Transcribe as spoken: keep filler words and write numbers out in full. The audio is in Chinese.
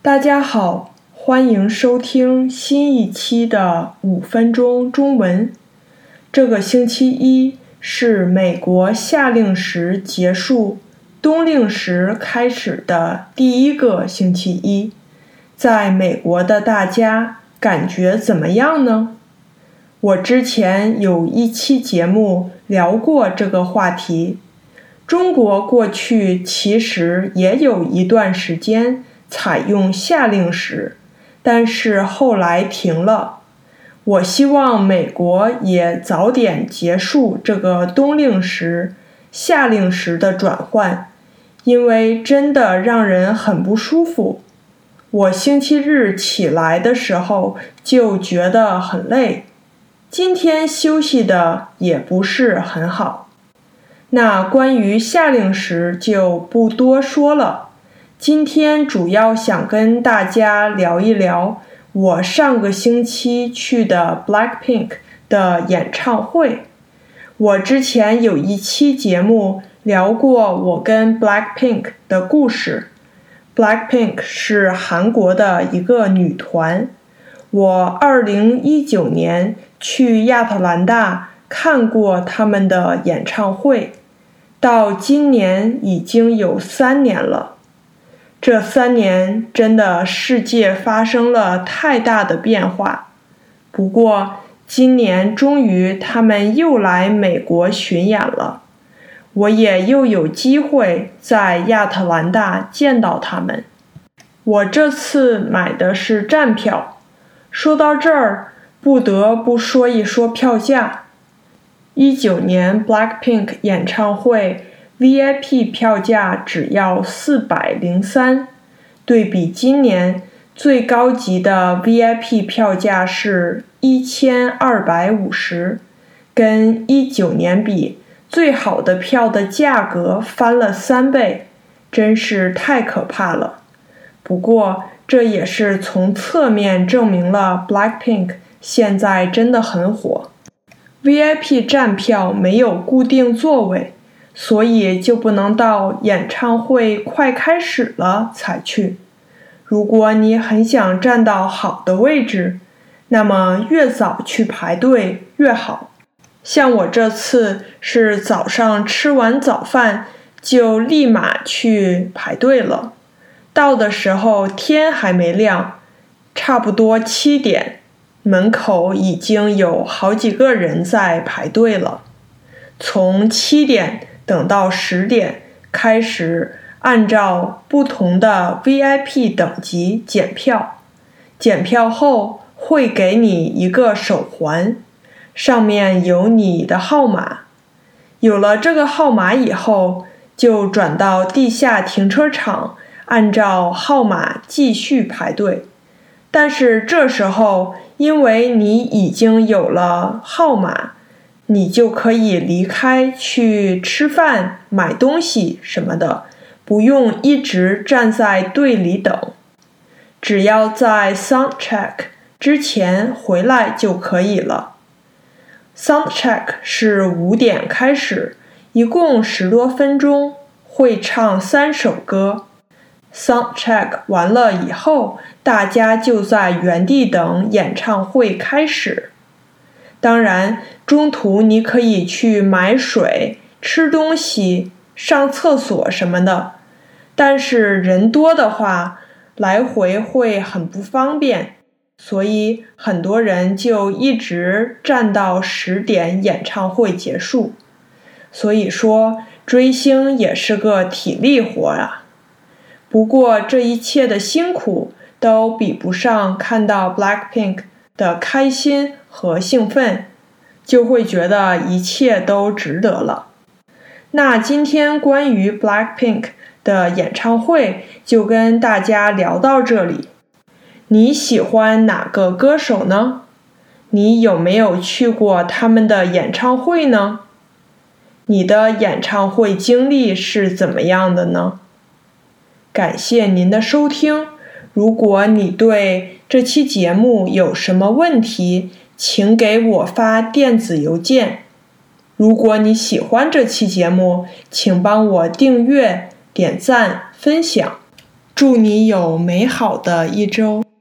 大家好，欢迎收听新一期的五分钟中文。这个星期一是美国夏令时结束、冬令时开始的第一个星期一。在美国的大家感觉怎么样呢？我之前有一期节目聊过这个话题。中国过去其实也有一段时间采用夏令时，但是后来停了。我希望美国也早点结束这个冬令时、夏令时的转换，因为真的让人很不舒服。我星期日起来的时候就觉得很累，今天休息的也不是很好。那关于夏令时就不多说了，今天主要想跟大家聊一聊我上个星期去的 Blackpink 的演唱会。我之前有一期节目聊过我跟 Blackpink 的故事。Blackpink 是韩国的一个女团，我二零一九年去亚特兰大看过他们的演唱会，到今年已经有三年了。这三年真的世界发生了太大的变化。不过今年终于他们又来美国巡演了，我也又有机会在亚特兰大见到他们。我这次买的是站票。说到这儿，不得不说一说票价。一九年 Blackpink 演唱会 V I P 票价只要四百零三，对比今年最高级的 V I P 票价是一千二百五十，跟一九年比，最好的票的价格翻了三倍，真是太可怕了。不过这也是从侧面证明了 Blackpink 现在真的很火。V I P 站票没有固定座位，所以就不能到演唱会快开始了才去。如果你很想站到好的位置，那么越早去排队越好。像我这次是早上吃完早饭就立马去排队了，到的时候天还没亮，差不多七点，门口已经有好几个人在排队了。从七点等到十点开始按照不同的 V I P 等级检票，检票后会给你一个手环，上面有你的号码。有了这个号码以后，就转到地下停车场，按照号码继续排队。但是这时候因为你已经有了号码，你就可以离开去吃饭、买东西什么的，不用一直站在队里等。只要在 sound check 之前回来就可以了。sound check 是五点开始，一共十多分钟，会唱三首歌。sound check 完了以后，大家就在原地等演唱会开始。当然，中途你可以去买水、吃东西、上厕所什么的，但是人多的话，来回会很不方便，所以很多人就一直站到十点演唱会结束。所以说，追星也是个体力活啊。不过这一切的辛苦都比不上看到 Blackpink 的开心和兴奋，就会觉得一切都值得了。那今天关于 Blackpink 的演唱会就跟大家聊到这里。你喜欢哪个歌手呢？你有没有去过他们的演唱会呢？你的演唱会经历是怎么样的呢？感谢您的收听。如果你对这期节目有什么问题，请给我发电子邮件。如果你喜欢这期节目，请帮我订阅、点赞、分享。 祝你有美好的一周。